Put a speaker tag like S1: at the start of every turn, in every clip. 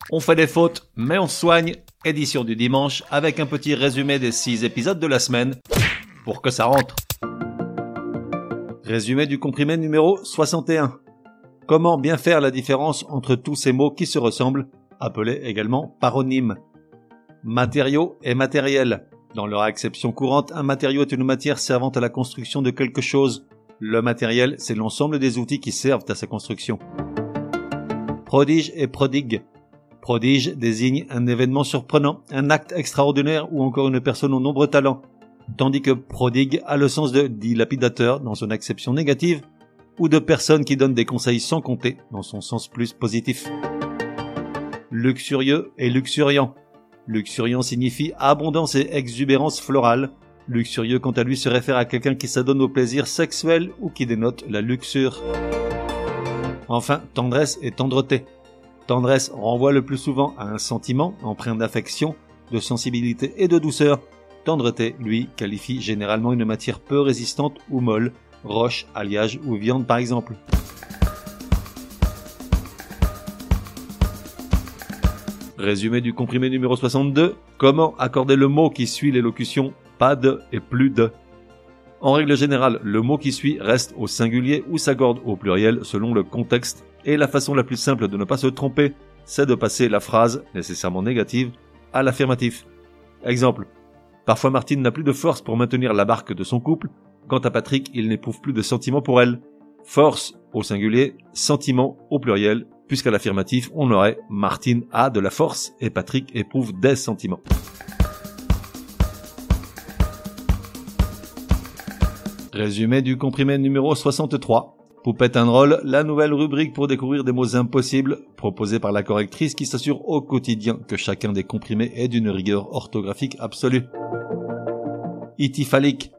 S1: On fait des fautes, mais on se soigne. Édition du dimanche avec un petit résumé des 6 épisodes de la semaine pour que ça rentre. Résumé du comprimé numéro 61. Comment bien faire la différence entre tous ces mots qui se ressemblent, appelés également paronymes. Matériaux et matériels. Dans leur acception courante, un matériau est une matière servant à la construction de quelque chose. Le matériel, c'est l'ensemble des outils qui servent à sa construction. Prodige et prodigue. Prodige désigne un événement surprenant, un acte extraordinaire ou encore une personne aux nombreux talents, tandis que prodigue a le sens de dilapidateur dans son acception négative ou de personne qui donne des conseils sans compter dans son sens plus positif. Luxurieux et luxuriant. Luxuriant signifie abondance et exubérance florale. Luxurieux quant à lui se réfère à quelqu'un qui s'adonne au plaisir sexuel ou qui dénote la luxure. Enfin, tendresse et tendreté. Tendresse renvoie le plus souvent à un sentiment empreint d'affection, de sensibilité et de douceur. Tendreté, lui, qualifie généralement une matière peu résistante ou molle, roche, alliage ou viande par exemple. Résumé du comprimé numéro 62. Comment accorder le mot qui suit l'élocution pas de et plus de. En règle générale, le mot qui suit reste au singulier ou s'accorde au pluriel selon le contexte, et la façon la plus simple de ne pas se tromper, c'est de passer la phrase, nécessairement négative, à l'affirmatif. Exemple. Parfois Martine n'a plus de force pour maintenir la barque de son couple, quant à Patrick, il n'éprouve plus de sentiments pour elle. Force au singulier, sentiment au pluriel, puisqu'à l'affirmatif, on aurait Martine a de la force et Patrick éprouve des sentiments. Résumé du comprimé numéro 63. Poupette un rôle, la nouvelle rubrique pour découvrir des mots impossibles, proposée par la correctrice qui s'assure au quotidien que chacun des comprimés est d'une rigueur orthographique absolue. Ityphalique,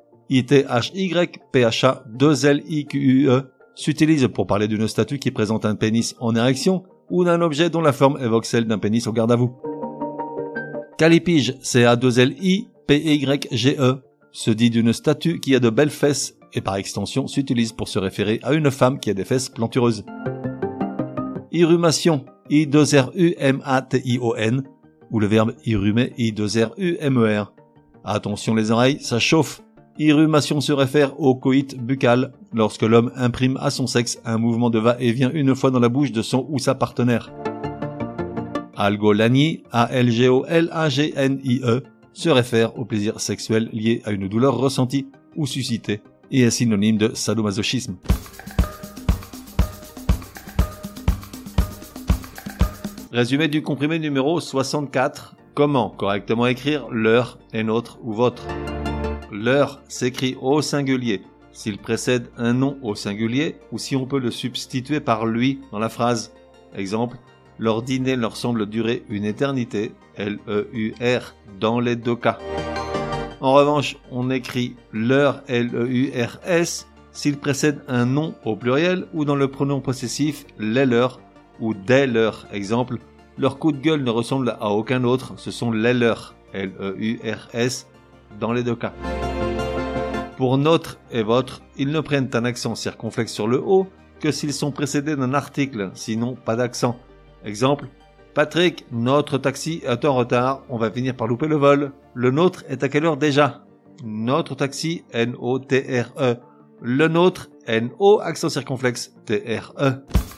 S1: I-T-H-Y-P-H-A-2-L-I-Q-U-E, s'utilise pour parler d'une statue qui présente un pénis en érection ou d'un objet dont la forme évoque celle d'un pénis au garde à vous. Calipige, C-A-2-L-I-P-Y-G-E, se dit d'une statue qui a de belles fesses et par extension s'utilise pour se référer à une femme qui a des fesses plantureuses. Irrumation, I-2-R-U-M-A-T-I-O-N, ou le verbe irrumer, I-2-R-U-M-E-R. Attention les oreilles, ça chauffe. Irrumation se réfère au coït buccal, lorsque l'homme imprime à son sexe un mouvement de va-et-vient une fois dans la bouche de son ou sa partenaire. Algolanie, A-L-G-O-L-A-G-N-I-E, se réfère au plaisir sexuel lié à une douleur ressentie ou suscitée et est synonyme de sadomasochisme. Résumé du comprimé numéro 64. Comment correctement écrire leur et notre ou votre. Leur s'écrit au singulier s'il précède un nom au singulier ou si on peut le substituer par lui dans la phrase. Exemple, leur dîner leur semble durer une éternité, L-E-U-R, dans les deux cas. En revanche, on écrit leur, L-E-U-R-S, s'il précède un nom au pluriel ou dans le pronom possessif, les leurs ou des leurs. Exemple, leur coup de gueule ne ressemble à aucun autre, ce sont les leurs, L-E-U-R-S, dans les deux cas. Pour notre et votre, ils ne prennent un accent circonflexe sur le O que s'ils sont précédés d'un article, sinon pas d'accent. Exemple, Patrick, notre taxi est en retard, on va finir par louper le vol. Le nôtre est à quelle heure déjà? Notre taxi, N-O-T-R-E. Le nôtre, N-O, accent circonflexe, T-R-E.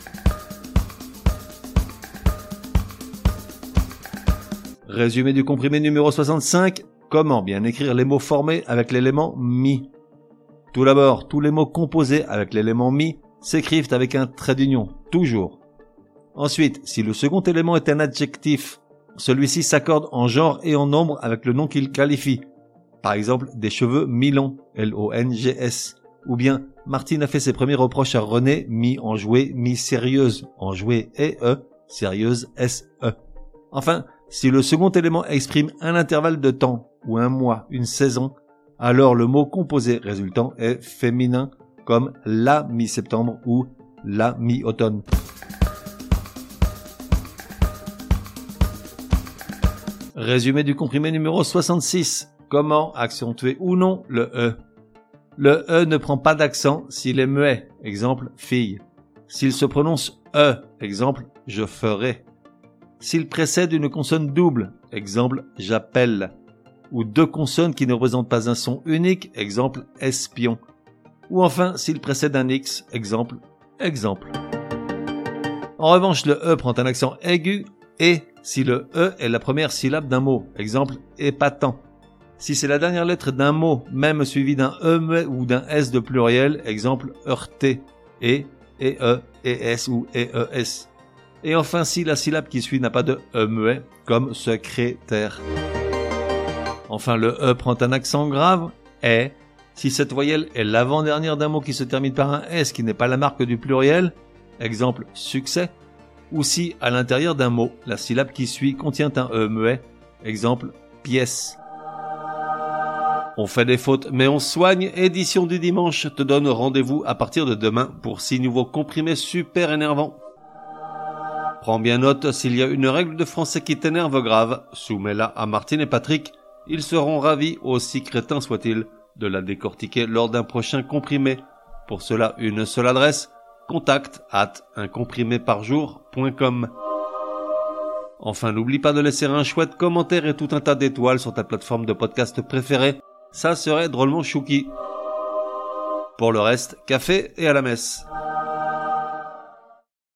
S1: Résumé du comprimé numéro 65. Comment bien écrire les mots formés avec l'élément mi? Tout d'abord, tous les mots composés avec l'élément mi s'écrivent avec un trait d'union, toujours. Ensuite, si le second élément est un adjectif, celui-ci s'accorde en genre et en nombre avec le nom qu'il qualifie. Par exemple, des cheveux mi-longs, L-O-N-G-S. Ou bien, Martine a fait ses premiers reproches à René, mi-enjouée, mi-sérieuse, enjouée E, sérieuse S-E. Enfin, si le second élément exprime un intervalle de temps, ou un mois, une saison, alors le mot composé résultant est féminin, comme la mi-septembre ou la mi-automne. Résumé du comprimé numéro 66. Comment accentuer ou non le E? Le E ne prend pas d'accent s'il est muet. Exemple, fille. S'il se prononce E. Exemple, je ferai. s'il précède une consonne double, exemple j'appelle, ou deux consonnes qui ne représentent pas un son unique, exemple espion, ou enfin s'il précède un X, exemple exemple. En revanche, le E prend un accent aigu et si le E est la première syllabe d'un mot, exemple épatant. Si c'est la dernière lettre d'un mot, même suivi d'un E ou d'un S de pluriel, exemple heurté, E, ES ou EES. Et enfin, si la syllabe qui suit n'a pas de E muet, comme secrétaire. Enfin, le E prend un accent grave, est, si cette voyelle est l'avant-dernière d'un mot qui se termine par un S qui n'est pas la marque du pluriel, exemple succès, ou si à l'intérieur d'un mot, la syllabe qui suit contient un E muet, exemple pièce. On fait des fautes, mais on soigne. Édition du dimanche te donne rendez-vous à partir de demain pour 6 nouveaux comprimés super énervants. Prends bien note, s'il y a une règle de français qui t'énerve grave, soumets-la à Martine et Patrick. Ils seront ravis, aussi crétins soient-ils, de la décortiquer lors d'un prochain comprimé. Pour cela, une seule adresse, contact@uncompriméparjour.com. Enfin, n'oublie pas de laisser un chouette commentaire et tout un tas d'étoiles sur ta plateforme de podcast préférée. Ça serait drôlement chouki. Pour le reste, café et à la messe.